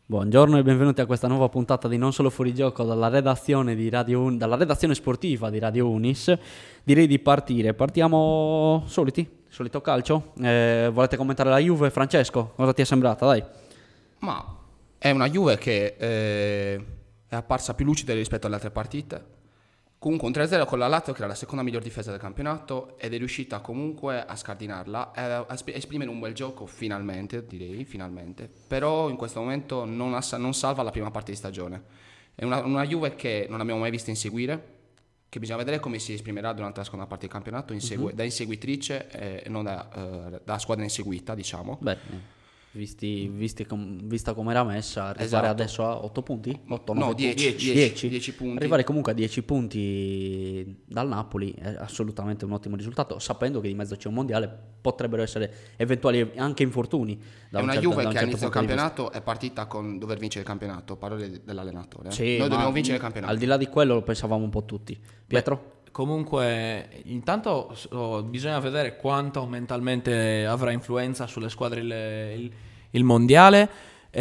Buongiorno e benvenuti a questa nuova puntata di Non Solo Fuorigioco dalla redazione dalla redazione sportiva di Radio Unis. Direi di partire. Partiamo solito calcio. Volete commentare la Juve, Francesco? Cosa ti è sembrata? Dai. Ma è una Juve che è apparsa più lucida rispetto alle altre partite. Comunque un 3-0 con la Lazio, che era la seconda miglior difesa del campionato, ed è riuscita comunque a scardinarla e a esprimere un bel gioco finalmente. Però in questo momento non salva la prima parte di stagione. È una Juve che non abbiamo mai visto inseguire, che bisogna vedere come si esprimerà durante la seconda parte del campionato da inseguitrice e non da squadra inseguita, diciamo. Beh, vista come era messa, arrivare Esatto. adesso a 8 punti? 8, No, 10 punti. Arrivare comunque a 10 punti dal Napoli è assolutamente un ottimo risultato, sapendo che di mezzo c'è un mondiale, potrebbero essere eventuali anche infortuni. È una Juve che all'inizio del campionato è partita con dover vincere il campionato, parole dell'allenatore. Sì, noi dobbiamo vincere il campionato. Al di là di quello lo pensavamo un po' tutti. Pietro? Comunque, intanto bisogna vedere quanto mentalmente avrà influenza sulle squadre il mondiale.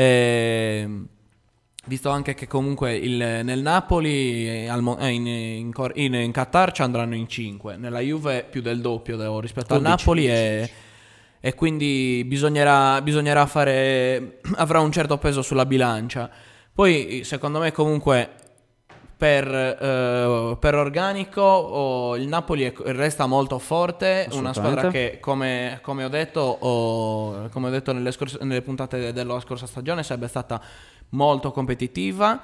Visto anche che comunque nel Napoli in Qatar ci andranno in 5, nella Juve più del doppio rispetto al Napoli e quindi bisognerà fare, avrà un certo peso sulla bilancia. Poi secondo me comunque per organico il Napoli resta molto forte, una squadra che come ho detto nelle puntate della scorsa stagione sarebbe stata molto competitiva,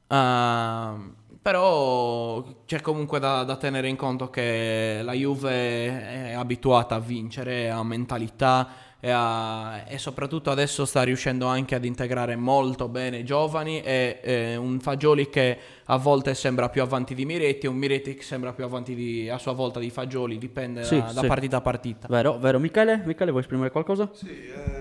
però c'è comunque da tenere in conto che la Juve è abituata a vincere, ha mentalità e soprattutto adesso sta riuscendo anche ad integrare molto bene i giovani e un Fagioli che a volte sembra più avanti di Miretti e un Miretti che sembra più avanti a sua volta di Fagioli, dipende da partita a partita. Vero. Michele, vuoi esprimere qualcosa? Sì,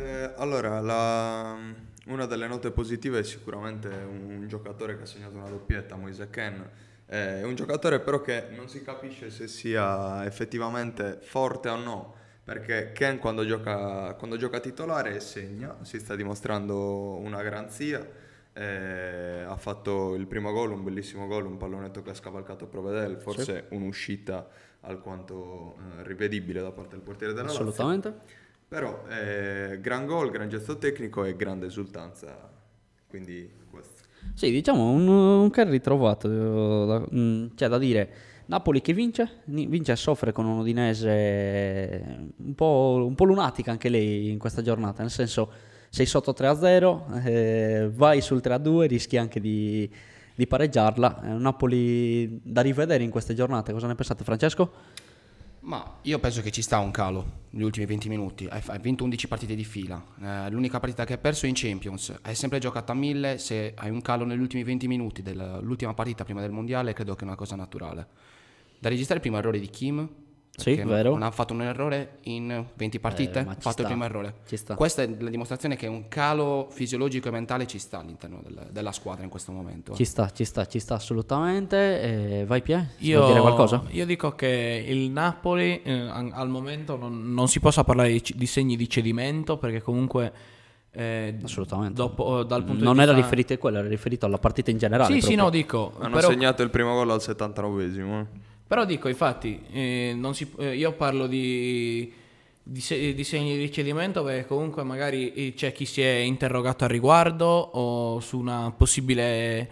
allora una delle note positive è sicuramente un giocatore che ha segnato una doppietta, Moise Kean. È un giocatore però che non si capisce se sia effettivamente forte o no, perché Kean quando gioca titolare segna, si sta dimostrando una garanzia. Ha fatto il primo gol, un bellissimo gol, un pallonetto che ha scavalcato Provedel, forse un'uscita alquanto rivedibile da parte del portiere della Lazio. Assolutamente. Però gran gol, gran gesto tecnico e grande esultanza, quindi questo. Sì, diciamo un che ritrovato, c'è da dire. Napoli che vince e soffre con un Udinese un po' lunatica anche lei in questa giornata, nel senso sei sotto 3-0, vai sul 3-2, rischi anche di pareggiarla. È un Napoli da rivedere in queste giornate. Cosa ne pensate, Francesco? Ma io penso che ci sta un calo negli ultimi 20 minuti. Hai vinto 11 partite di fila. L'unica partita che hai perso è in Champions. Hai sempre giocato a 1000. Se hai un calo negli ultimi 20 minuti dell'ultima partita prima del mondiale, credo che è una cosa naturale. Da registrare il primo errore di Kim. Sì, vero. Non ha fatto un errore in 20 partite, ha fatto il primo errore. Questa è la dimostrazione che un calo fisiologico e mentale ci sta all'interno della squadra in questo momento. Ci sta assolutamente. Vai Pie, vuoi dire qualcosa? Io dico che il Napoli al momento non si possa parlare di segni di cedimento, perché comunque assolutamente dopo, dal punto non di era vista... riferito a quello, era riferito alla partita in generale. Sì, no, dico hanno segnato il primo gol al 79esimo. Però dico, infatti, io parlo di segni di ricevimento, perché comunque magari c'è chi si è interrogato al riguardo o su una possibile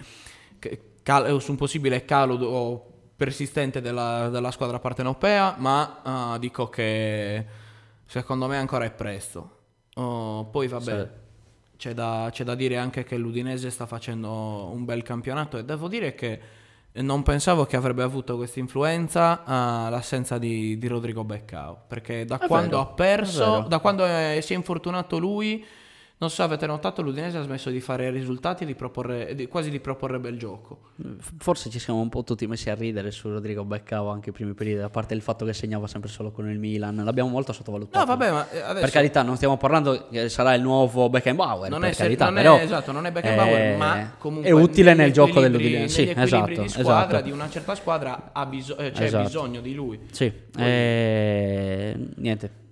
su un possibile calo persistente della squadra partenopea, ma dico che secondo me ancora è presto. Poi vabbè, c'è da dire anche che l'Udinese sta facendo un bel campionato e devo dire che non pensavo che avrebbe avuto questa influenza l'assenza di Rodrigo Beccao, perché da quando ha perso, da quando si è infortunato lui, non so se avete notato, l'Udinese ha smesso di fare risultati e quasi di proporre bel gioco. Forse ci siamo un po' tutti messi a ridere su Rodrigo Beccao anche i primi periodi, a parte il fatto che segnava sempre solo con il Milan. L'abbiamo molto sottovalutato. No, vabbè, ma adesso... Per carità, non stiamo parlando che sarà il nuovo Beckenbauer, non per è carità, però esatto, non è Beckenbauer, ma comunque è utile nel gioco dell'Udinese. Sì, negli equilibri di squadra, esatto. di una certa squadra c'è bisogno di lui. Sì, niente.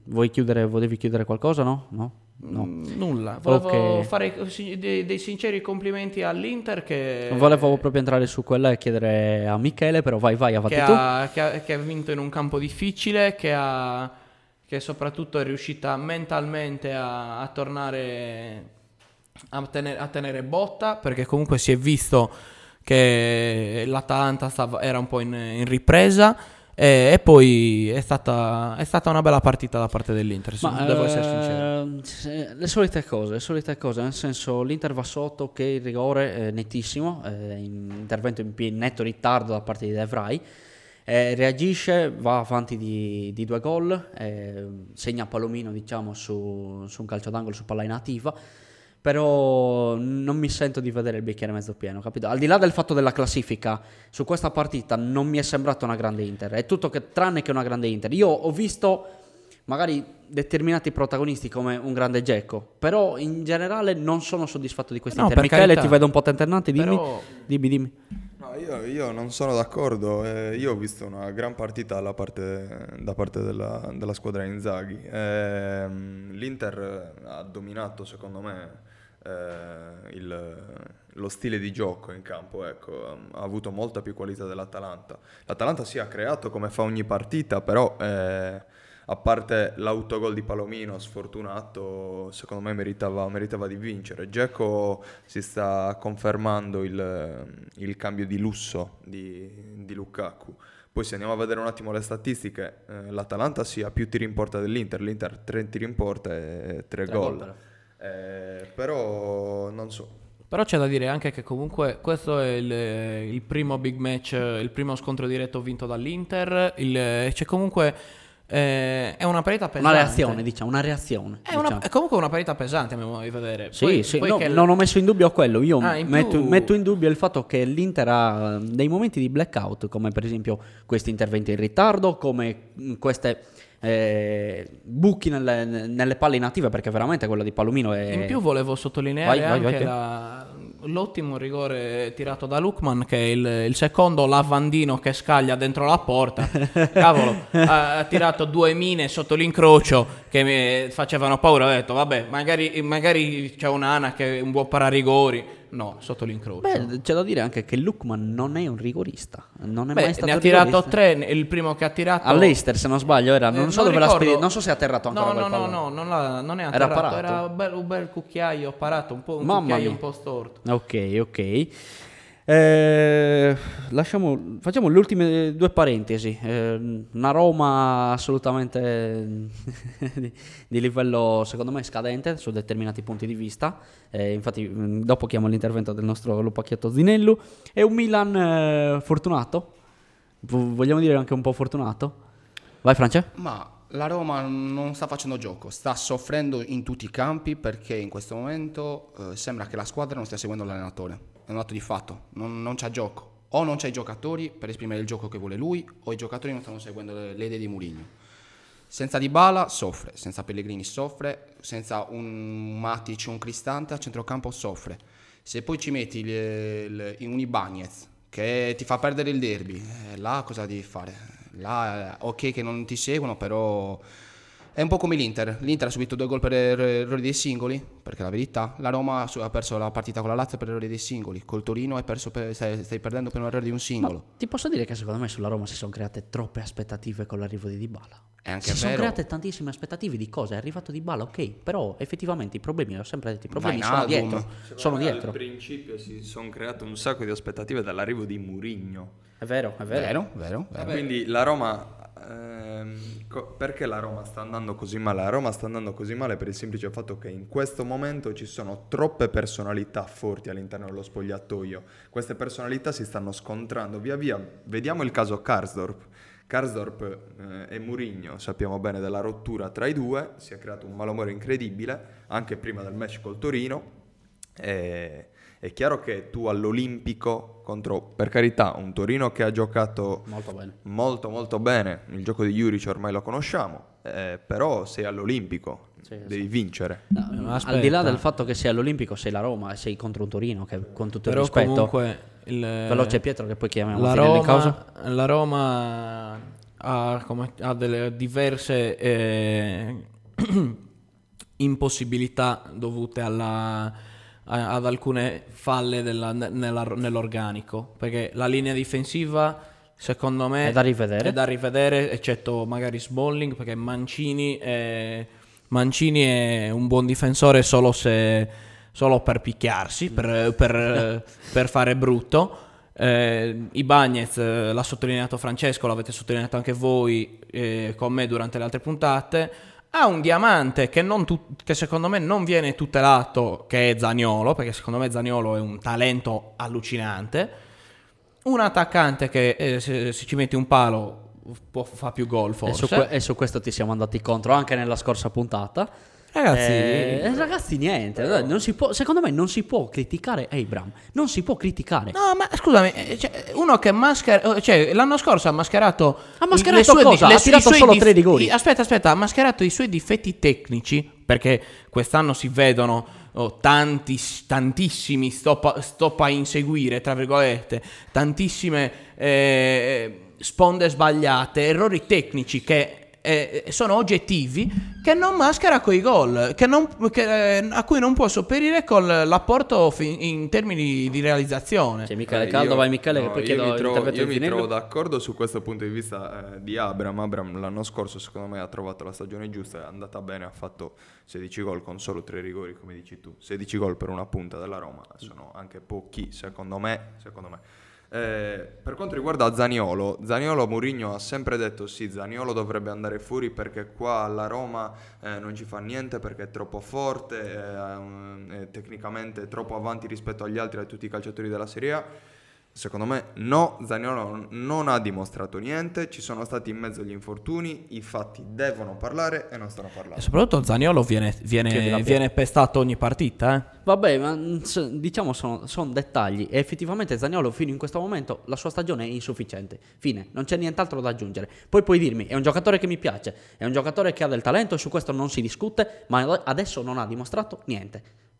Volevi chiudere qualcosa, no? No? Nulla, volevo Ok. fare dei sinceri complimenti all'Inter che Volevo proprio entrare su quella e chiedere a Michele, però vai, avanti tu. che ha vinto in un campo difficile, che soprattutto è riuscita mentalmente a tornare a tenere botta, perché comunque si è visto che l'Atalanta era un po' in ripresa. E poi è stata una bella partita da parte dell'Inter, devo essere sincero. Le solite cose, nel senso l'Inter va sotto, ok, il rigore nettissimo, intervento in netto ritardo da parte di De Vrij, reagisce, va avanti di 2 gol, segna Palomino diciamo su un calcio d'angolo, su palla inattiva. Però non mi sento di vedere il bicchiere mezzo pieno, capito? Al di là del fatto della classifica, su questa partita non mi è sembrata una grande Inter, è tutto tranne che una grande Inter. Io ho visto magari determinati protagonisti come un grande Dzeko, però in generale non sono soddisfatto di questa No, Inter. per Michele, carità. ti vedo un po' tentennante, dimmi. Però Dimmi. No, io non sono d'accordo, io ho visto una gran partita da parte della squadra Inzaghi. L'Inter ha dominato secondo me lo stile di gioco in campo, ecco, ha avuto molta più qualità dell'Atalanta. L'Atalanta si ha creato come fa ogni partita, però a parte l'autogol di Palomino sfortunato, secondo me meritava di vincere. Dzeko si sta confermando il cambio di lusso di Lukaku. Poi se andiamo a vedere un attimo le statistiche, l'Atalanta sì ha più tiri in porta dell'Inter, l'Inter 3 tiri in porta e 3 gol. però. Però non so. Però c'è da dire anche che comunque questo è il primo big match, il primo scontro diretto vinto dall'Inter. C'è comunque è una parità pesante. Una reazione, diciamo. È comunque una parità pesante, a mio modo di vedere. Sì, no, non ho messo in dubbio quello. Io in metto in dubbio il fatto che l'Inter ha dei momenti di blackout, come per esempio questi interventi in ritardo, come queste buchi nelle palle inattive, perché veramente quella di Palomino è... In più volevo sottolineare Vai. l'ottimo rigore tirato da Lookman, che è il secondo lavandino che scaglia dentro la porta. Cavolo, ha tirato 2 mine sotto l'incrocio che mi facevano paura. Ho detto vabbè, magari c'è un'Ana che è un buon pararigori. No, sotto l'incrocio. Beh, c'è da dire anche che Lookman non è un rigorista, non è mai stato ne ha un tirato rigorista. 3, il primo che ha tirato All'Eister, se non sbaglio, era, non so dove l'ha ricordo. spedito, non so se è atterrato ancora quel pallone. No, non è Era atterrato, parato? era un bel cucchiaio parato, un Mamma cucchiaio mia. un po' storto. Ok. Facciamo le ultime 2 parentesi. Una Roma assolutamente di livello, secondo me, scadente su determinati punti di vista. Infatti, dopo chiamo l'intervento del nostro Lupacchietto Zinello. E un Milan fortunato. Vogliamo dire anche un po' fortunato? Vai, Francia? Ma la Roma non sta facendo gioco, sta soffrendo in tutti i campi perché in questo momento sembra che la squadra non stia seguendo l'allenatore. È un atto di fatto, non c'ha gioco. O non c'ha i giocatori per esprimere il gioco che vuole lui, o i giocatori non stanno seguendo le idee di Mourinho. Senza Dybala soffre, senza Pellegrini soffre, senza un Matic, un Cristante a centrocampo soffre. Se poi ci metti un Ibañez che ti fa perdere il derby, là cosa devi fare? Là ok che non ti seguono, però è un po' come l'Inter. L'Inter ha subito 2 gol per errori dei singoli, perché è la verità. La Roma ha perso la partita con la Lazio per errori dei singoli. Col Torino stai perdendo per un errore di un singolo. Ma ti posso dire che secondo me sulla Roma si sono create troppe aspettative con l'arrivo di Dybala. È anche Si sono vero. create tantissime aspettative di cose. È arrivato Dybala, ok, però effettivamente i problemi, l'ho sempre detto, i problemi sono Wijnaldum. dietro. Sono dietro. Al principio si sono create un sacco di aspettative dall'arrivo di Mourinho. È vero. Vero. Quindi la Roma, perché la Roma sta andando così male? La Roma sta andando così male per il semplice fatto che in questo momento ci sono troppe personalità forti all'interno dello spogliatoio. Queste personalità si stanno scontrando via via. Vediamo il caso Karsdorp e Mourinho, sappiamo bene della rottura tra i due, si è creato un malumore incredibile anche prima del match col Torino. È chiaro che tu all'Olimpico contro, per carità, un Torino che ha giocato Molto bene. molto bene, il gioco di Juric ormai lo conosciamo, però sei all'Olimpico, devi vincere. Al di là del fatto che sei all'Olimpico, sei la Roma e sei contro un Torino che, con tutto il Però rispetto, comunque veloce Pietro che poi chiamiamo la Zinello in causa. Roma ha delle diverse impossibilità dovute ad alcune falle nell'organico, perché la linea difensiva secondo me È da rivedere. eccetto magari Smalling, perché Mancini è un buon difensore solo per picchiarsi, per fare brutto. Ibañez, l'ha sottolineato Francesco, l'avete sottolineato anche voi con me durante le altre puntate. Ha un diamante che secondo me non viene tutelato, che è Zaniolo, perché secondo me Zaniolo è un talento allucinante. Un attaccante che se ci metti un palo fa più gol forse. E su questo ti siamo andati contro anche nella scorsa puntata. Ragazzi, niente. Secondo me non si può criticare Abraham. Non si può criticare. No, ma scusami, uno che l'anno scorso ha mascherato. Ha mascherato cosa? Ha tirato solo 3 rigori. Aspetta, ha mascherato i suoi difetti tecnici, perché quest'anno si vedono tantissimi stop a inseguire, tra virgolette, tantissime sponde sbagliate, errori tecnici che sono oggettivi, che non maschera coi gol, a cui non può sopperire con l'apporto in termini di realizzazione. C'è Michele Caldo, vai Michele, che poi chiedo l'intervento io di mi Finello. trovo d'accordo su questo punto di vista di Abraham. Abraham l'anno scorso secondo me ha trovato la stagione giusta, è andata bene, ha fatto 16 gol con solo 3 rigori, come dici tu. 16 gol per una punta della Roma sono anche pochi, secondo me. Per quanto riguarda Zaniolo, Mourinho ha sempre detto sì, Zaniolo dovrebbe andare fuori perché qua alla Roma non ci fa niente, perché è troppo forte, tecnicamente troppo avanti rispetto agli altri, a tutti i calciatori della Serie A. Secondo me no, Zaniolo non ha dimostrato niente, ci sono stati in mezzo gli infortuni, i fatti devono parlare e non stanno parlando. E soprattutto Zaniolo viene pestato ogni partita. Vabbè, ma diciamo sono dettagli. E effettivamente Zaniolo fino in questo momento la sua stagione è insufficiente. Fine, non c'è nient'altro da aggiungere. Poi puoi dirmi, è un giocatore che mi piace, è un giocatore che ha del talento e su questo non si discute, ma adesso non ha dimostrato niente.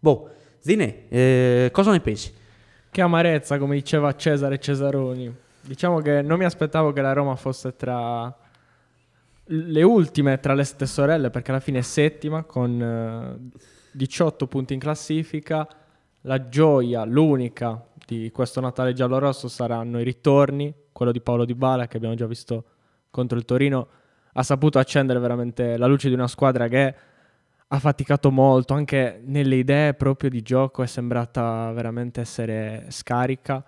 Zine, cosa ne pensi? Che amarezza, come diceva Cesare Cesaroni. Diciamo che non mi aspettavo che la Roma fosse tra le ultime, tra le 7 sorelle, perché alla fine è settima con 18 punti in classifica. La gioia, l'unica di questo Natale giallorosso saranno i ritorni. Quello di Paulo Dybala, che abbiamo già visto contro il Torino, ha saputo accendere veramente la luce di una squadra che ha faticato molto, anche nelle idee proprio di gioco è sembrata veramente essere scarica.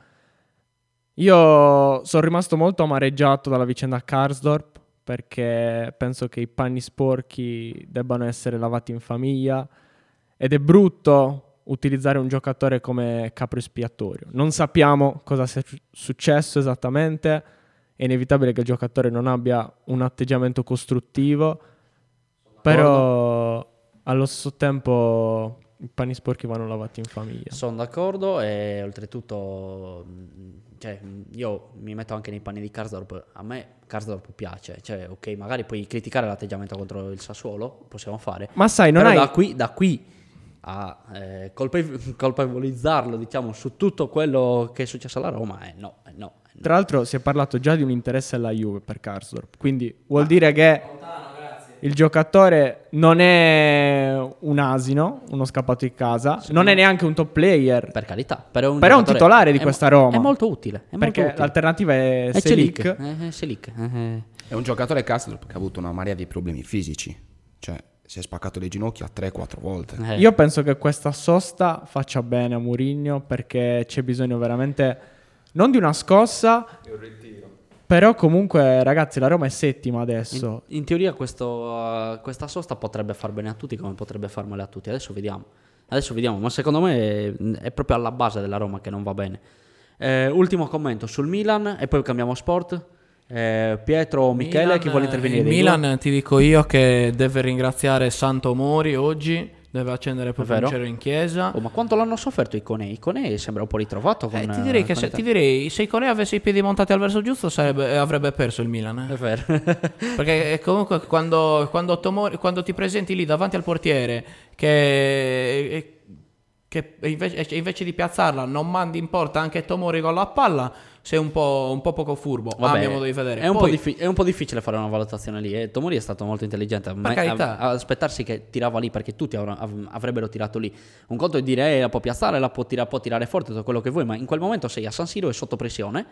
Io sono rimasto molto amareggiato dalla vicenda Karsdorp, perché penso che i panni sporchi debbano essere lavati in famiglia ed è brutto utilizzare un giocatore come capro espiatorio. Non sappiamo cosa sia successo esattamente, è inevitabile che il giocatore non abbia un atteggiamento costruttivo, però allo stesso tempo i panni sporchi vanno lavati in famiglia. Sono d'accordo e oltretutto io mi metto anche nei panni di Karsdorp. A me Karsdorp piace, ok, magari puoi criticare l'atteggiamento contro il Sassuolo, possiamo fare, ma sai, non però hai... da qui a colpevolizzarlo, diciamo, su tutto quello che è successo alla Roma, no. Tra l'altro si è parlato già di un interesse alla Juve per Karsdorp, quindi vuol dire che il giocatore non è un asino, uno scappato di casa, non è neanche un top player. Per carità, però è un titolare di questa Roma. È molto utile. Perché l'alternativa è Selic. È un giocatore Karsdorp che ha avuto una marea di problemi fisici. Cioè, si è spaccato le ginocchia 3-4 volte. Io penso che questa sosta faccia bene a Mourinho, perché c'è bisogno veramente non di una scossa, però comunque ragazzi la Roma è settima adesso. In teoria questa sosta potrebbe far bene a tutti, come potrebbe far male a tutti. Adesso vediamo, ma secondo me è proprio alla base della Roma che non va bene. Ultimo commento sul Milan e poi cambiamo sport. Pietro, Michele, chi vuole intervenire? Il Milan, ti dico io che deve ringraziare Santo Mori oggi. Deve accendere proprio un cero in chiesa. Ma quanto l'hanno sofferto i Conei sembra un po' ritrovato con, ti direi se i Conei avesse i piedi montati al verso giusto avrebbe perso il Milan. È vero. Perché comunque quando ti presenti lì davanti al portiere che che invece di piazzarla non mandi in porta anche Tomori con la palla, sei un po' poco furbo. Vabbè, a mio modo di vedere. È un, Poi, è un po' difficile fare una valutazione lì. Tomori è stato molto intelligente carità. a aspettarsi che tirava lì, perché tutti avrebbero tirato lì. Un conto è dire la può piazzare, la può tirare forte, tutto quello che vuoi, ma in quel momento sei a San Siro e sotto pressione.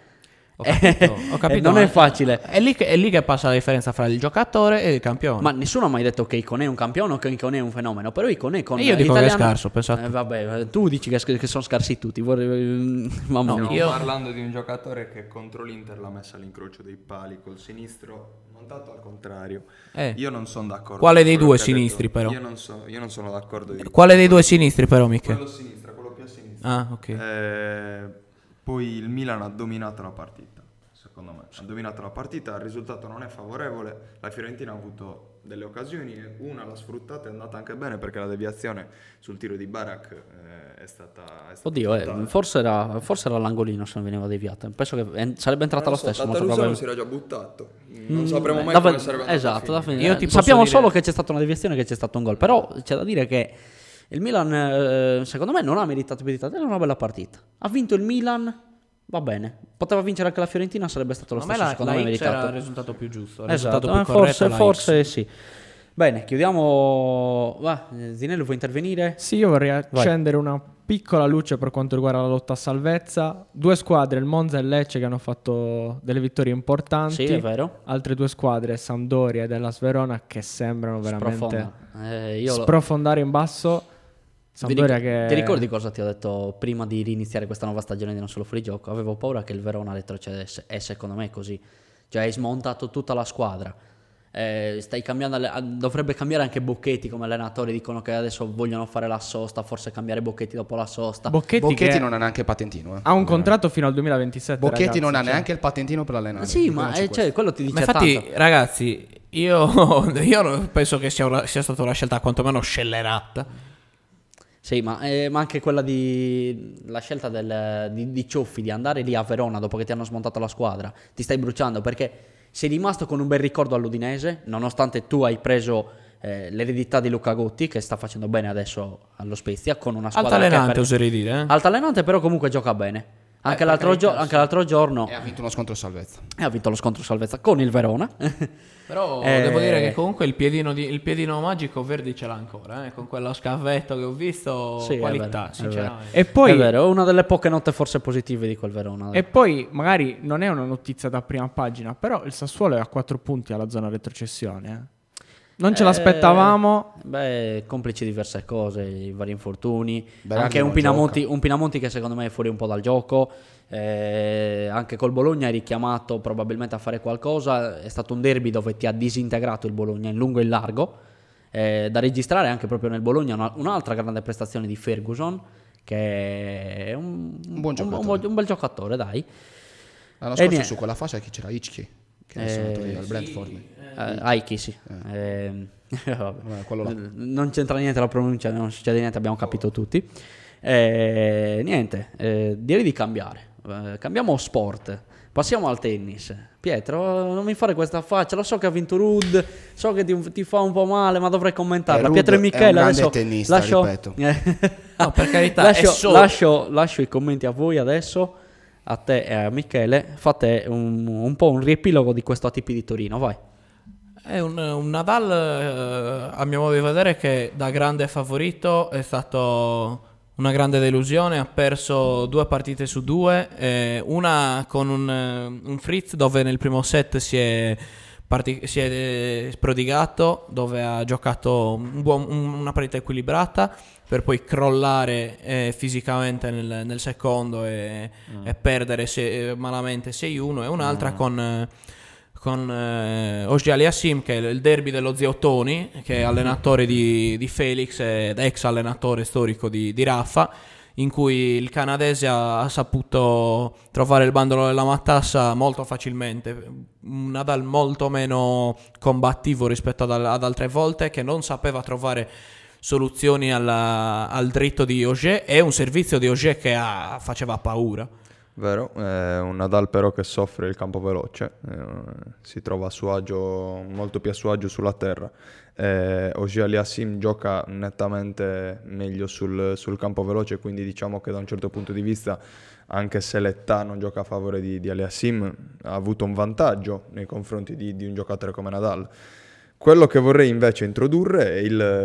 ho capito, non è facile. È lì che passa la differenza fra il giocatore e il campione. Ma nessuno ha mai detto che Icone è un campione o che Icone è un fenomeno. Però Icone con E io dico che è scarso, pensate. vabbè, tu dici che sono scarsi tutti. Mamma mia. Stiamo parlando di un giocatore che contro l'Inter l'ha messa all'incrocio dei pali col sinistro montato al contrario. Io non sono d'accordo. Quale con dei quello due che ha sinistri, detto. però? Io non sono d'accordo. Quale dei due sinistri, però, Michele? Quello a sinistra, quello più a sinistra. Ah, ok. Poi il Milan ha dominato la partita. Secondo me ha dominato la partita, il risultato non è favorevole, la Fiorentina ha avuto delle occasioni, una l'ha sfruttata, è andata anche bene perché la deviazione sul tiro di Barak è stata Oddio, fatale. forse era l'angolino se non veniva deviato. Penso che sarebbe entrata lo stesso. molto Tatarusano si probabilmente. era già buttato, non sapremo mai Da- come sarebbe andato esatto, a da finire. finire. Io ti posso Sappiamo dire- solo che c'è stata una deviazione e che c'è stato un gol. Però c'è da dire che il Milan, secondo me, non ha meritato più di tanto. Era una bella partita. Ha vinto il Milan, va bene. Poteva vincere anche la Fiorentina, sarebbe stato lo A me stesso. Secondo me X era meritato. il risultato più giusto, il Esatto, risultato più corretto. forse sì. Bene, chiudiamo. Va, Zinello, vuoi intervenire? Sì, io vorrei accendere una piccola luce per quanto riguarda la lotta a salvezza. Due squadre, il Monza e il Lecce, che hanno fatto delle vittorie importanti. Sì, è vero. Altre due squadre, Sampdoria ed Hellas Verona, che sembrano veramente Sprofonda. Io sprofondare in basso. Sampdoria che... Ti ricordi cosa ti ho detto prima di riniziare questa nuova stagione di Non Solo Fuori Gioco? Avevo paura che il Verona retrocedesse e secondo me è così. Cioè hai smontato tutta la squadra. Stai cambiando dovrebbe cambiare anche Bocchetti come allenatore. Dicono che adesso vogliono fare la sosta, forse cambiare Bocchetti dopo la sosta. Bocchetti che non ha neanche il patentino. ha un contratto fino al 2027. Bocchetti ragazzi, non ha cioè. neanche il patentino per allenare. Sì, ma quello ti Ma dice infatti, tanto. ragazzi, io penso che sia stata una scelta quantomeno scellerata. Sì, ma anche quella la scelta di Cioffi di andare lì a Verona dopo che ti hanno smontato la squadra. Ti stai bruciando perché sei rimasto con un bel ricordo all'Udinese, nonostante tu hai preso l'eredità di Luca Gotti, che sta facendo bene adesso allo Spezia, con una squadra Altalenante, oserei dire. altalenante, però comunque gioca bene. Anche l'altro giorno E ha vinto uno scontro salvezza. ha vinto lo scontro salvezza con il Verona. Però devo dire che comunque il piedino magico Verdi ce l'ha ancora, con quello scavetto che ho visto, Sì, è qualità, vero, è sinceramente. E poi, è vero, è una delle poche note forse positive di quel Verona. e poi magari non è una notizia da prima pagina, però il Sassuolo è a 4 punti alla zona retrocessione. Non ce l'aspettavamo. Beh, complici diverse cose, i vari infortuni, Berardi anche non un Pinamonti che secondo me è fuori un po' dal gioco, anche col Bologna è richiamato probabilmente a fare qualcosa, è stato un derby dove ti ha disintegrato il Bologna in lungo e in largo, da registrare anche proprio nel Bologna un'altra grande prestazione di Ferguson, che è un buon giocatore. un bel giocatore, dai. L'anno E scorso niente. su quella fascia chi c'era? Ichki, che adesso è andato via al Brentford. Aiki, sì. Vabbè. Quello là. Non c'entra niente la pronuncia, non succede niente, abbiamo capito tutti. Niente, direi di cambiare. Cambiamo sport. Passiamo al tennis. Pietro, non mi fare questa faccia. Lo so che ha vinto Ruud, so che ti fa un po' male, ma dovrei commentarla. Ruud Pietro e è Michele un grande adesso tennista, ripeto. No, per carità, è solo... lascio i commenti a voi adesso, a te e a Michele. Fate un po' un riepilogo di questo ATP di Torino, vai. È un Nadal, a mio modo di vedere, che da grande favorito è stato una grande delusione. Ha perso 2 partite su 2, una con un Fritz dove nel primo set si è sprodigato, dove ha giocato una partita equilibrata per poi crollare fisicamente nel secondo e perdere malamente 6-1, e un'altra con Osgi Aliassim, che è il derby dello zio Tony, che è allenatore di Felix ed ex allenatore storico di Raffa, in cui il canadese ha saputo trovare il bandolo della matassa molto facilmente. Un Nadal molto meno combattivo rispetto ad altre volte, che non sapeva trovare soluzioni al dritto di Auger, e un servizio di Auger che faceva paura. Vero, è un Nadal però che soffre il campo veloce, si trova a suo agio, molto più a suo agio sulla terra. Auger-Aliassime gioca nettamente meglio sul campo veloce, quindi diciamo che da un certo punto di vista, anche se l'età non gioca a favore di Aliassime, ha avuto un vantaggio nei confronti di un giocatore come Nadal. Quello che vorrei invece introdurre è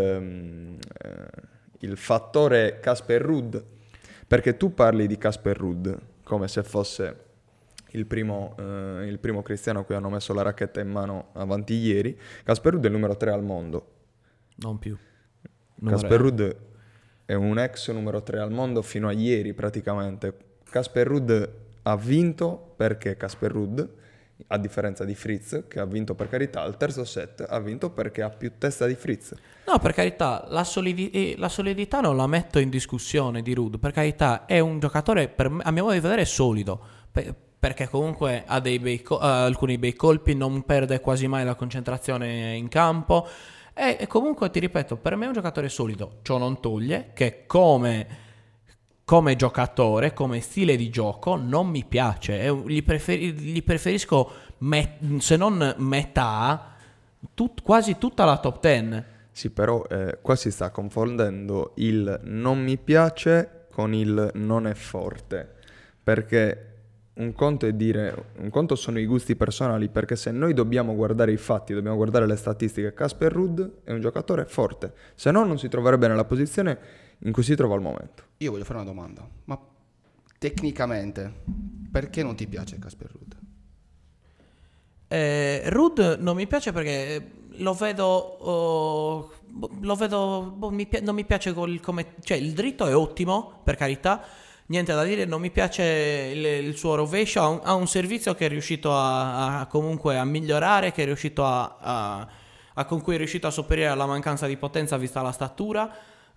il fattore Casper Ruud, perché tu parli di Casper Ruud come se fosse il primo cristiano a cui hanno messo la racchetta in mano avanti ieri. Casper Ruud è il numero 3 al mondo. Non più. Casper Ruud è un ex numero 3 al mondo fino a ieri praticamente. Casper Ruud ha vinto perché Casper Ruud, a differenza di Fritz, che ha vinto per carità, al terzo set ha vinto perché ha più testa di Fritz. No, per carità, la solidità non la metto in discussione di Ruud. Per carità, è un giocatore, a mio modo di vedere, solido. Perché comunque ha alcuni bei colpi, non perde quasi mai la concentrazione in campo. E comunque, ti ripeto, per me è un giocatore solido. Ciò non toglie che come giocatore, come stile di gioco, non mi piace. Gli preferisco, se non metà, quasi tutta la top 10. Sì, però qua si sta confondendo il non mi piace con il non è forte, perché un conto sono i gusti personali, perché se noi dobbiamo guardare i fatti, dobbiamo guardare le statistiche, Casper Ruud è un giocatore forte, se no non si troverebbe nella posizione in cui si trova al momento. Io voglio fare una domanda, ma tecnicamente perché non ti piace Casper Ruud? Ruud non mi piace perché non mi piace cioè il dritto è ottimo, per carità, niente da dire, non mi piace il suo rovescio, ha un servizio che è riuscito comunque a migliorare, che è riuscito con cui è riuscito a sopperire alla mancanza di potenza vista la statura,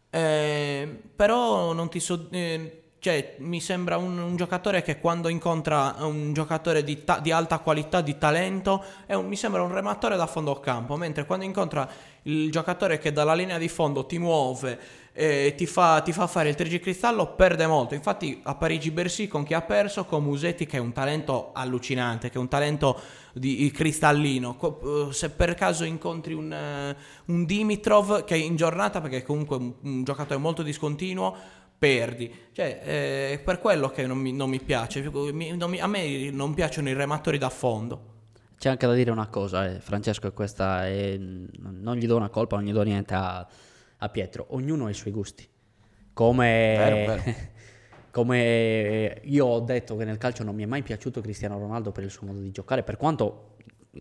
però non cioè, mi sembra un giocatore che quando incontra un giocatore di alta qualità, di talento, mi sembra un rematore da fondo campo, mentre quando incontra il giocatore che dalla linea di fondo ti muove, ti fa fare il trigicristallo, perde molto. Infatti a Parigi-Bercy con chi ha perso? Con Musetti, che è un talento allucinante, che è un talento cristallino. Se per caso incontri un Dimitrov che in giornata, perché è comunque un giocatore molto discontinuo, perdi. Cioè, è per quello che non mi piace. A me non piacciono i rematori da fondo. C'è anche da dire una cosa, Francesco, e questa non gli do una colpa, non gli do niente a Pietro. Ognuno ha i suoi gusti. Vero. Come io ho detto che nel calcio non mi è mai piaciuto Cristiano Ronaldo per il suo modo di giocare, per quanto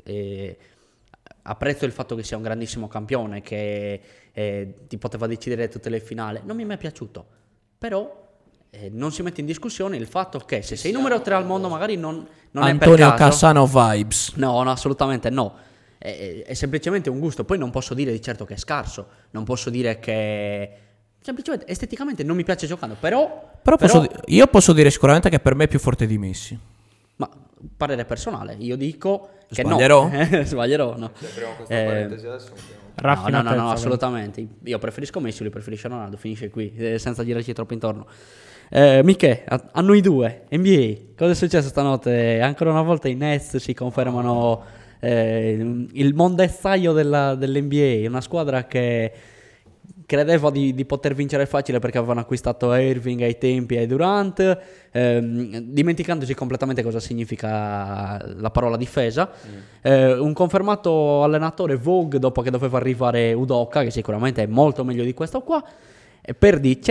apprezzo il fatto che sia un grandissimo campione, che ti poteva decidere tutte le finali, non mi è mai piaciuto. Però non si mette in discussione il fatto che se sei numero 3 al mondo magari non è per Antonio caso. Cassano vibes. No, assolutamente no. È semplicemente un gusto. Poi non posso dire di certo che è scarso. Non posso dire che semplicemente esteticamente non mi piace giocando. Però io posso dire sicuramente che per me è più forte di Messi. ma parere personale. Io dico che Sbaglierò? no. Sbaglierò, no. Apriamo questa parentesi adesso. No, assolutamente. Io preferisco Messi, lui preferisce Ronaldo. Finisce qui, senza girarci troppo intorno. Miche, a noi due, NBA, cosa è successo stanotte? Ancora una volta i Nets si confermano il mondezzaio dell'NBA, una squadra che credevo di poter vincere facile perché avevano acquistato Irving ai tempi e Durant, dimenticandosi completamente cosa significa la parola difesa. Un confermato allenatore Vogue dopo che doveva arrivare Udoka, che sicuramente è molto meglio di questo qua, e perdi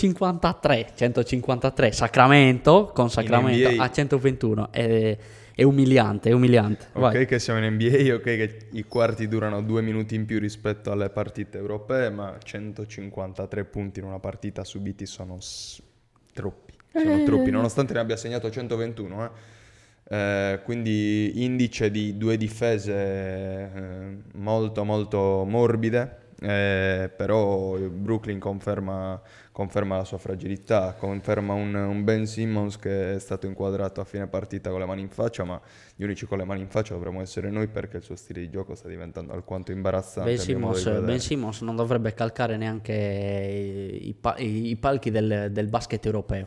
153 Sacramento con Sacramento a 121. È umiliante. Vai. Ok che siamo in NBA, ok che i quarti durano 2 minuti in più rispetto alle partite europee, ma 153 punti in una partita subiti sono troppi. Sono troppi, nonostante ne abbia segnato 121. Quindi indice di 2 difese molto molto morbide. Però Brooklyn conferma la sua fragilità, conferma un Ben Simmons che è stato inquadrato a fine partita con le mani in faccia, ma gli unici con le mani in faccia dovremmo essere noi, perché il suo stile di gioco sta diventando alquanto imbarazzante. Ben Simmons non dovrebbe calcare neanche i palchi del basket europeo,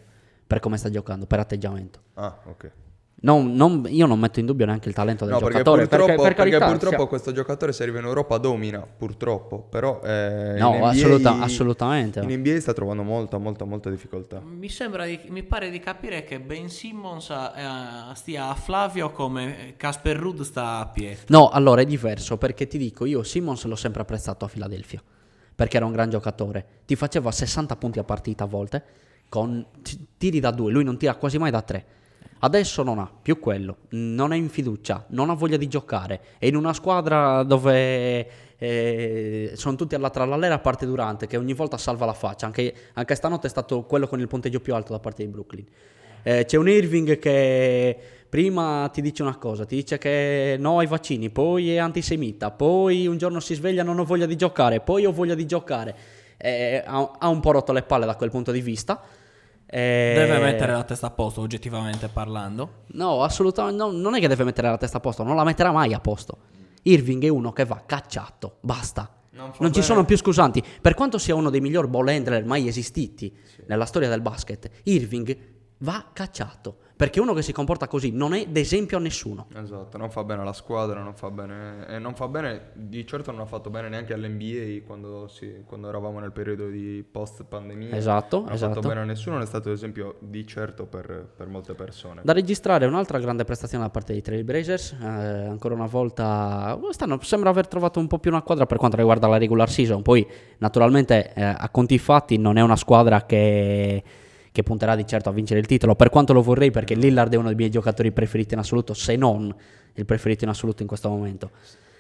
per come sta giocando, per atteggiamento. Ah, ok. Io non metto in dubbio neanche il talento del No, perché giocatore. purtroppo, per carità, purtroppo questo giocatore se arriva in Europa domina, purtroppo. Però no, in NBA, assolutamente. in NBA sta trovando molta difficoltà. Mi pare di capire che Ben Simmons stia a Flavio come Casper Ruud sta a Pietro. No, allora è diverso, perché ti dico, io Simmons l'ho sempre apprezzato a Philadelphia, perché era un gran giocatore. Ti faceva 60 punti a partita a volte, con tiri da 2, lui non tira quasi mai da 3. Adesso non ha più quello, non è in fiducia, non ha voglia di giocare. È in una squadra dove sono tutti alla trallallera, a parte Durant, che ogni volta salva la faccia. Anche stanotte è stato quello con il punteggio più alto da parte di Brooklyn. C'è un Irving che prima ti dice una cosa, ti dice che no ai vaccini, poi è antisemita, poi un giorno si sveglia non ho voglia di giocare, poi ho voglia di giocare. Ha un po' rotto le palle da quel punto di vista. Deve mettere la testa a posto, oggettivamente parlando. No, assolutamente no, non è che deve mettere la testa a posto, non la metterà mai a posto. Irving è uno che va cacciato, basta. Non ci sono più scusanti. Per quanto sia uno dei miglior ball handler mai esistiti nella storia del basket, Irving va cacciato, perché uno che si comporta così non è d'esempio a nessuno. Esatto, non fa bene alla squadra, non fa bene, di certo non ha fatto bene neanche all'NBA quando eravamo nel periodo di post pandemia. Esatto, non ha fatto bene a nessuno, non è stato esempio di certo per molte persone. Da registrare un'altra grande prestazione da parte dei Trail Blazers, ancora una volta sembra aver trovato un po' più una quadra per quanto riguarda la regular season. Poi naturalmente a conti fatti non è una squadra che punterà di certo a vincere il titolo, per quanto lo vorrei, perché Lillard è uno dei miei giocatori preferiti in assoluto, se non il preferito in assoluto in questo momento.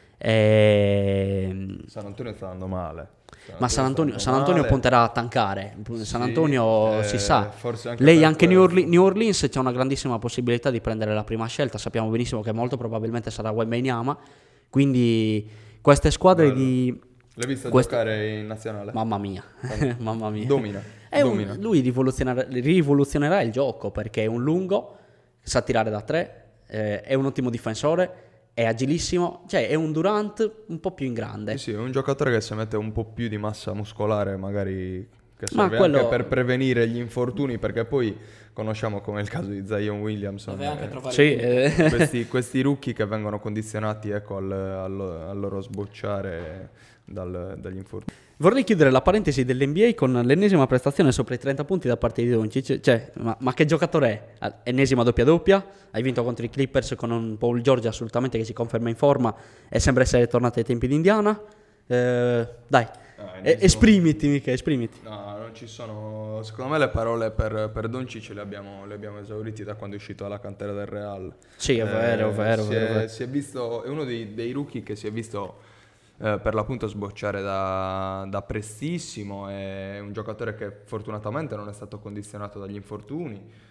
San Antonio sta andando male. Ma San Antonio punterà a tankare. San Antonio si sa. Forse anche Lei per anche questo. New Orleans c'è una grandissima possibilità di prendere la prima scelta. Sappiamo benissimo che molto probabilmente sarà Wembanyama. Quindi queste squadre Bello. di L'hai visto questo- giocare in nazionale? Mamma mia. Mamma mia. Domina. Lui rivoluzionerà il gioco, perché è un lungo, sa tirare da 3, è un ottimo difensore, è agilissimo, cioè è un Durant un po' più in grande. Sì, è un giocatore che se mette un po' più di massa muscolare, magari che Ma serve quello- anche per prevenire gli infortuni, perché poi conosciamo come il caso di Zion Williamson. Deve anche trovare Sì, questi rookie che vengono condizionati, ecco, al loro sbocciare dagli infortuni. Vorrei chiudere la parentesi dell'NBA con l'ennesima prestazione sopra i 30 punti da parte di Doncic. Cioè, ma che giocatore è? Ennesima doppia. Hai vinto contro i Clippers con un Paul George assolutamente che si conferma in forma e sembra essere tornato ai tempi di Indiana. Dai, esprimiti Mica, esprimiti. No, non ci sono. Secondo me le parole per Doncic le abbiamo esauriti da quando è uscito dalla cantera del Real. Sì, è vero. Si è visto, è uno dei rookie che si è visto per l'appunto sbocciare da prestissimo. È un giocatore che fortunatamente non è stato condizionato dagli infortuni.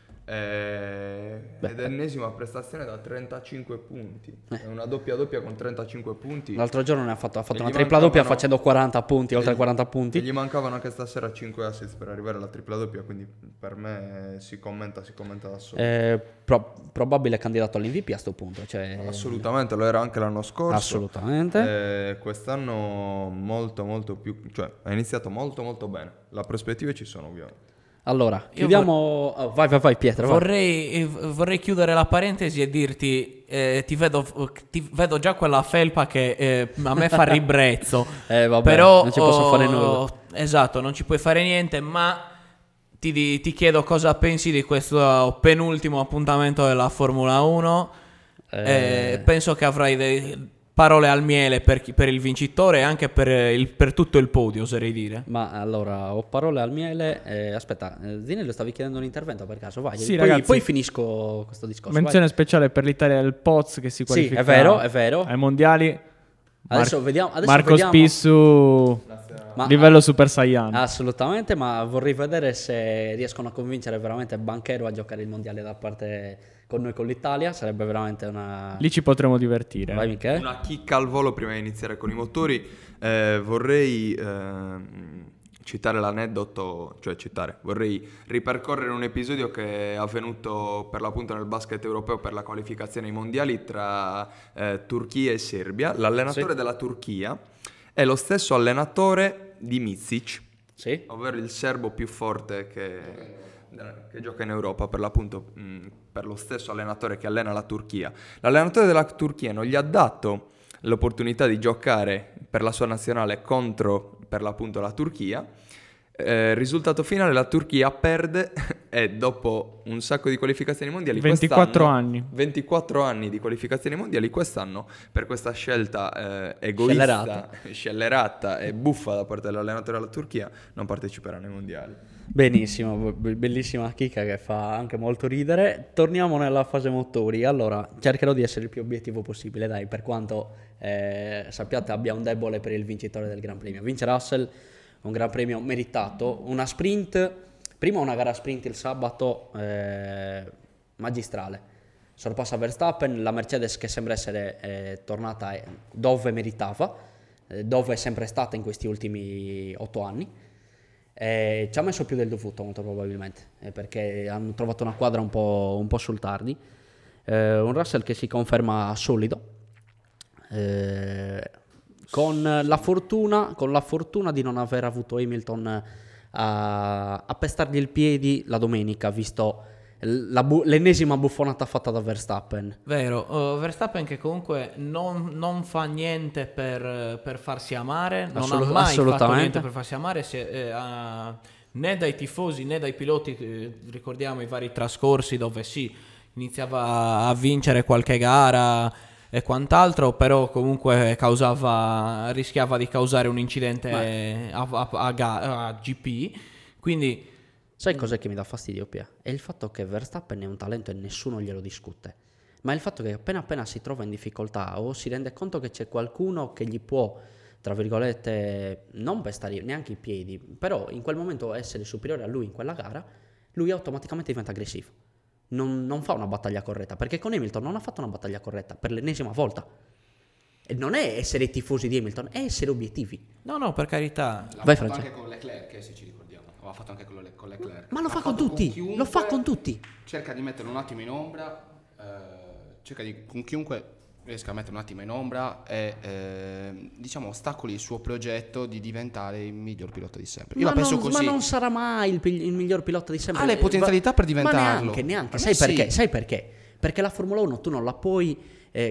Ed è ennesima prestazione da 35 punti. È una doppia con 35 punti. L'altro giorno ne ha fatto E una gli tripla doppia mancavano- facendo 40 punti, oltre E ai 40 E punti. gli mancavano anche stasera 5 assist per arrivare alla tripla doppia, quindi per me si commenta da solo. Probabile candidato all'MVP a sto punto. Cioè, Assolutamente, lo era anche l'anno scorso. assolutamente. Quest'anno molto più, cioè ha iniziato molto bene. Le prospettive ci sono, ovviamente. Allora, chiudiamo. Vai Pietro. vai. Vorrei chiudere la parentesi e dirti, ti vedo già quella felpa che a me fa ribrezzo. Vabbè, però non ci posso fare nulla. Esatto, non ci puoi fare niente, ma ti chiedo cosa pensi di questo penultimo appuntamento della Formula 1. Penso che avrai delle parole al miele per il vincitore e anche per tutto il podio, oserei dire. Ma allora, ho parole al miele. Aspetta, Zinello, stavi chiedendo un intervento per caso? Vai, Sì, poi, ragazzi. poi finisco questo discorso. Menzione speciale per l'Italia del Poz che si Sì, qualifica è vero. ai mondiali. Adesso vediamo. Marco vediamo. Spissu, Ma- livello Super Saiyan. Assolutamente, ma vorrei vedere se riescono a convincere veramente Banchero a giocare il mondiale da parte con noi, con l'Italia. Sarebbe veramente una. Lì ci potremo divertire. Vai, Michele. Una chicca al volo prima di iniziare con i motori. Vorrei citare l'aneddoto, vorrei ripercorrere un episodio che è avvenuto per l'appunto nel basket europeo per la qualificazione ai mondiali tra Turchia e Serbia. L'allenatore della Turchia è lo stesso allenatore di Micic, Sì. ovvero il serbo più forte che che gioca in Europa per l'appunto per lo stesso allenatore che allena la Turchia. L'allenatore della Turchia non gli ha dato l'opportunità di giocare per la sua nazionale contro per l'appunto la Turchia. Risultato finale, la Turchia perde e dopo un sacco di qualificazioni mondiali 24 anni 24 anni di qualificazioni mondiali, quest'anno per questa scelta egoista, scellerata e buffa da parte dell'allenatore della Turchia non parteciperanno ai mondiali. Benissimo, bellissima chicca che fa anche molto ridere. Torniamo nella fase motori. Allora, cercherò di essere il più obiettivo possibile, dai, per quanto sappiate abbia un debole per il vincitore del Gran Premio. Vince Russell, un Gran Premio meritato, una sprint, prima una gara sprint il sabato magistrale, sorpassa Verstappen, la Mercedes che sembra essere tornata dove meritava, dove è sempre stata in questi ultimi 8 anni. Ci ha messo più del dovuto molto probabilmente, perché hanno trovato una quadra un po' sul tardi. Un Russell che si conferma solido, con la fortuna di non aver avuto Hamilton a pestargli il piedi la domenica, visto l'ennesima buffonata fatta da Verstappen. Vero, Verstappen che comunque non fa niente per farsi amare, non ha mai fatto niente per farsi amare, né dai tifosi né dai piloti. Ricordiamo i vari trascorsi dove iniziava a vincere qualche gara e quant'altro, però comunque rischiava di causare un incidente a GP. Quindi sai cos'è che mi dà fastidio, Pia? È il fatto che Verstappen è un talento e nessuno glielo discute, ma è il fatto che appena si trova in difficoltà o si rende conto che c'è qualcuno che gli può, tra virgolette, non pestare neanche i piedi, però in quel momento essere superiore a lui in quella gara, lui automaticamente diventa aggressivo. Non fa una battaglia corretta, perché con Hamilton non ha fatto una battaglia corretta per l'ennesima volta. E non è essere tifosi di Hamilton, è essere obiettivi. No, per carità. L'ha fatto anche con Leclerc, se ci ricordiamo. L'ha fatto anche con Leclerc. Ma lo fa con tutti, lo fa con tutti. Cerca di mettere un attimo in ombra, con chiunque riesca a mettere un attimo in ombra e diciamo ostacoli il suo progetto di diventare il miglior pilota di sempre. Io la penso così. Ma non sarà mai il miglior pilota di sempre. Ha le potenzialità per diventarlo. Ma neanche. Sai perché? Perché la Formula 1 tu non la puoi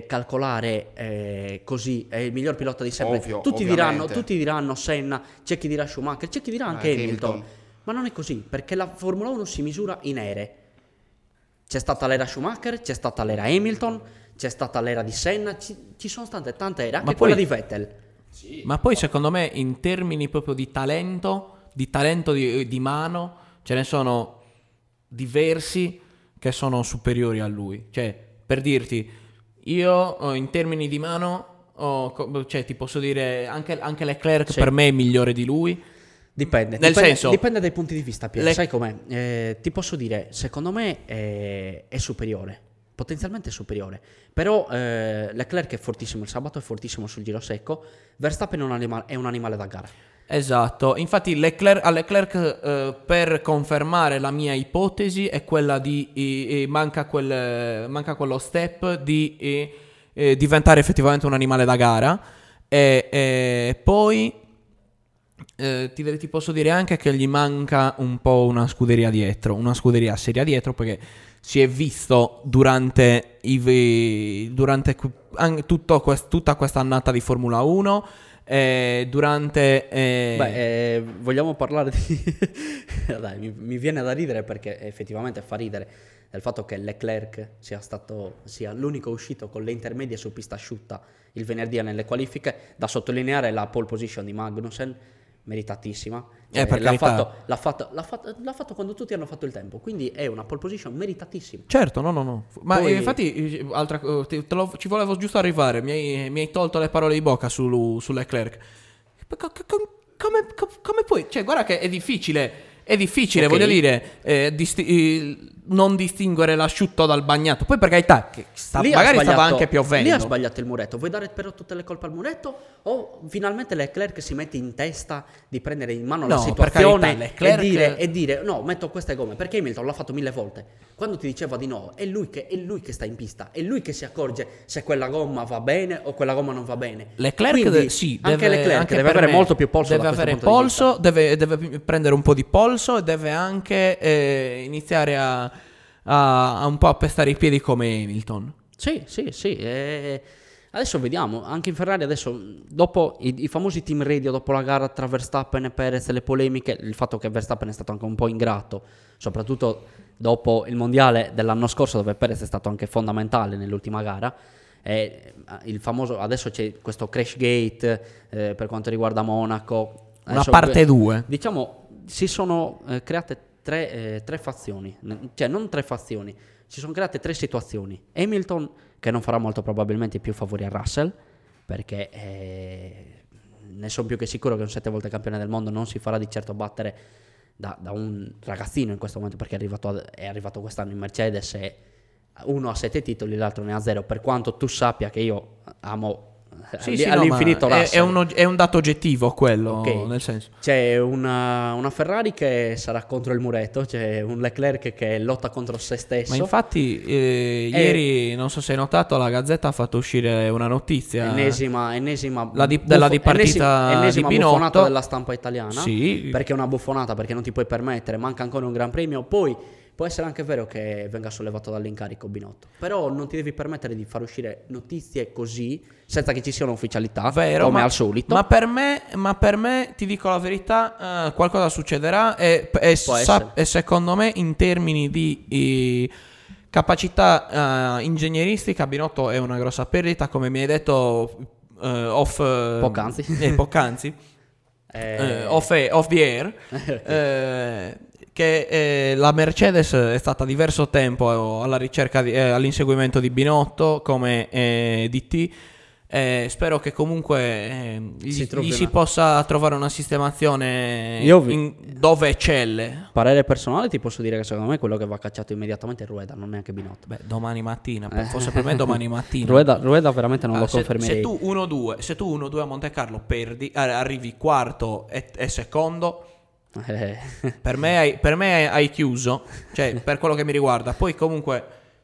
calcolare così, è il miglior pilota di sempre. Tutti diranno Senna, c'è chi dirà Schumacher, c'è chi dirà anche Hamilton. Ma non è così, perché la Formula 1 si misura in ere. C'è stata l'era Schumacher, c'è stata l'era Hamilton, c'è stata l'era di Senna, ci sono state tante ere, anche quella di Vettel. Sì. Ma poi secondo me in termini proprio di talento di mano, ce ne sono diversi che sono superiori a lui. Cioè, per dirti, io in termini di mano, ti posso dire anche Leclerc per me è migliore di lui. Dipende dai punti di vista, Piero. Sai com'è? Ti posso dire, secondo me è superiore, potenzialmente superiore. Però Leclerc è fortissimo il sabato, è fortissimo sul giro secco. Verstappen è un animale da gara. Esatto, infatti a Leclerc per confermare la mia ipotesi è quella di manca quello step di diventare effettivamente un animale da gara e poi ti posso dire anche che gli manca un po' una scuderia seria dietro, perché si è visto durante tutta questa annata di Formula 1. Vogliamo parlare di dai, mi viene da ridere, perché effettivamente fa ridere del fatto che Leclerc sia l'unico uscito con le intermedie su pista asciutta il venerdì nelle qualifiche. Da sottolineare la pole position di Magnussen, meritatissima. L'ha fatto quando tutti hanno fatto il tempo, quindi è una pole position meritatissima. Certo, no. Ma poi, infatti ci volevo giusto arrivare. Mi hai tolto le parole di bocca su Leclerc. Come puoi? Cioè, guarda che è difficile, okay. Voglio dire, non distinguere l'asciutto dal bagnato. Poi per carità, che Lì ha magari stava sbagliato- anche piovendo. Lì ha sbagliato il muretto. Vuoi dare però tutte le colpe al muretto? O finalmente Leclerc si mette in testa di prendere in mano la No, per situazione carità, Leclerc- e dire no, metto queste gomme? Perché Hamilton l'ha fatto 1000 volte. Quando ti diceva di no, è lui che sta in pista, è lui che si accorge se quella gomma va bene o quella gomma non va bene. Leclerc Quindi, sì, anche Leclerc anche deve per avere me molto più polso. Deve da questo avere punto di vista. polso, deve prendere un po' di polso e deve anche iniziare a un po' appestare i piedi come Hamilton. Sì. Adesso vediamo, anche in Ferrari adesso, dopo i famosi team radio, dopo la gara tra Verstappen e Perez, le polemiche, il fatto che Verstappen è stato anche un po' ingrato, soprattutto dopo il mondiale dell'anno scorso dove Perez è stato anche fondamentale nell'ultima gara. Il famoso, adesso c'è questo crash gate per quanto riguarda Monaco. Una Adesso, parte 2. diciamo, si sono create tre fazioni, cioè non tre fazioni, si sono create tre situazioni. Hamilton che non farà molto probabilmente più favori a Russell, perché ne sono più che sicuro che un 7 volte campione del mondo non si farà di certo battere da un ragazzino in questo momento, perché è arrivato quest'anno in Mercedes e uno ha 7 titoli, l'altro ne ha 0, per quanto tu sappia che io amo all'infinito ma Russell. è un dato oggettivo quello, Ok. nel senso. C'è una Ferrari che sarà contro il muretto, c'è un Leclerc che lotta contro se stesso. Ma infatti ieri, non so se hai notato, la Gazzetta ha fatto uscire una notizia. Ennesima della dipartita ennesima di Binotto. buffonata della stampa italiana. Sì. Perché è una buffonata, perché non ti puoi permettere, manca ancora un gran premio. Poi può essere anche vero che venga sollevato dall'incarico Binotto, però non ti devi permettere di far uscire notizie così senza che ci sia un'ufficialità, Vero, come al solito. Ma per me, ti dico la verità, qualcosa succederà e secondo me in termini di capacità ingegneristica Binotto è una grossa perdita, come mi hai detto Poc'anzi. Off the air. Che la Mercedes è stata diverso tempo alla ricerca all'inseguimento di Binotto come DT. Spero che comunque gli si possa trovare una sistemazione dove eccelle. Parere personale, ti posso dire che secondo me quello che va cacciato immediatamente è Rueda, non neanche Binotto. Beh, domani mattina, forse per me domani mattina. Rueda veramente non lo confermerei. Se tu 1-2 a Monte Carlo perdi, arrivi quarto e secondo, per me hai chiuso, cioè per quello che mi riguarda. Poi comunque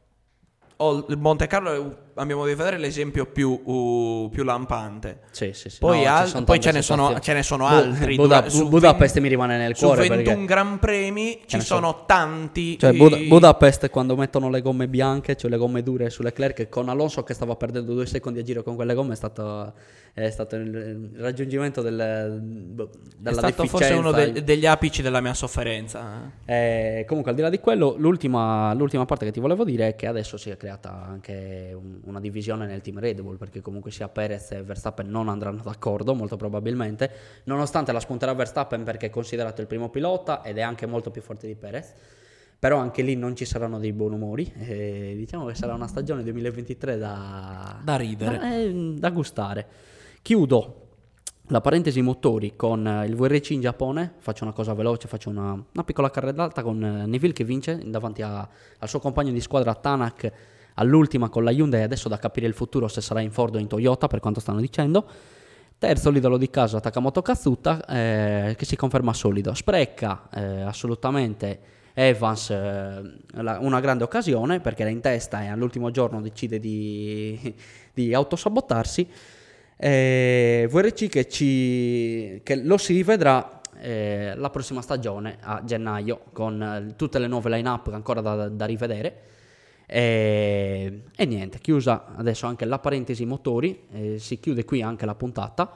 il Monte Carlo a mio modo di vedere l'esempio più lampante. Sì. Poi, No, poi ce ne sono altri. Budapest mi rimane nel cuore. Su 21 perché Gran Premi ci sono tanti. Cioè Budapest, quando mettono le gomme bianche, cioè le gomme dure su Leclerc, con Alonso che stava perdendo 2 secondi a giro con quelle gomme, è stato il raggiungimento della è stato forse uno degli apici della mia sofferenza. Comunque, al di là di quello, l'ultima parte che ti volevo dire è che adesso si è creata anche una divisione nel team Red Bull, perché comunque sia Perez e Verstappen non andranno d'accordo molto probabilmente, nonostante la spunterà Verstappen perché è considerato il primo pilota ed è anche molto più forte di Perez. Però anche lì non ci saranno dei buoni umori. Diciamo che sarà una stagione 2023 da ridere, da gustare. Chiudo la parentesi motori con il VRC in Giappone. Faccio una cosa veloce, faccio una piccola carrellata con Neville che vince davanti al suo compagno di squadra Tanak all'ultima con la Hyundai. Adesso da capire il futuro se sarà in Ford o in Toyota, per quanto stanno dicendo. Terzo, l'idolo di casa Takamoto Katsuta, che si conferma solido. Spreca assolutamente Evans una grande occasione, perché era in testa e all'ultimo giorno decide di autosabotarsi. VRC che lo si rivedrà la prossima stagione a gennaio con tutte le nuove line-up ancora da rivedere. E niente, chiusa adesso anche la parentesi motori, si chiude qui anche la puntata.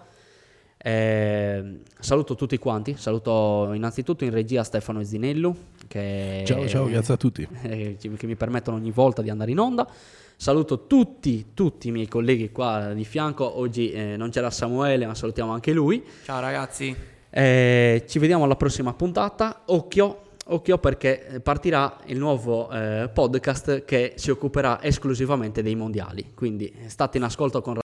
Saluto tutti quanti, saluto innanzitutto in regia Stefano e Zinellu che ciao, grazie a tutti che mi permettono ogni volta di andare in onda. Saluto tutti i miei colleghi qua di fianco. Oggi non c'era Samuele, ma salutiamo anche lui. Ciao ragazzi, ci vediamo alla prossima puntata. Occhio perché partirà il nuovo podcast che si occuperà esclusivamente dei mondiali, quindi state in ascolto con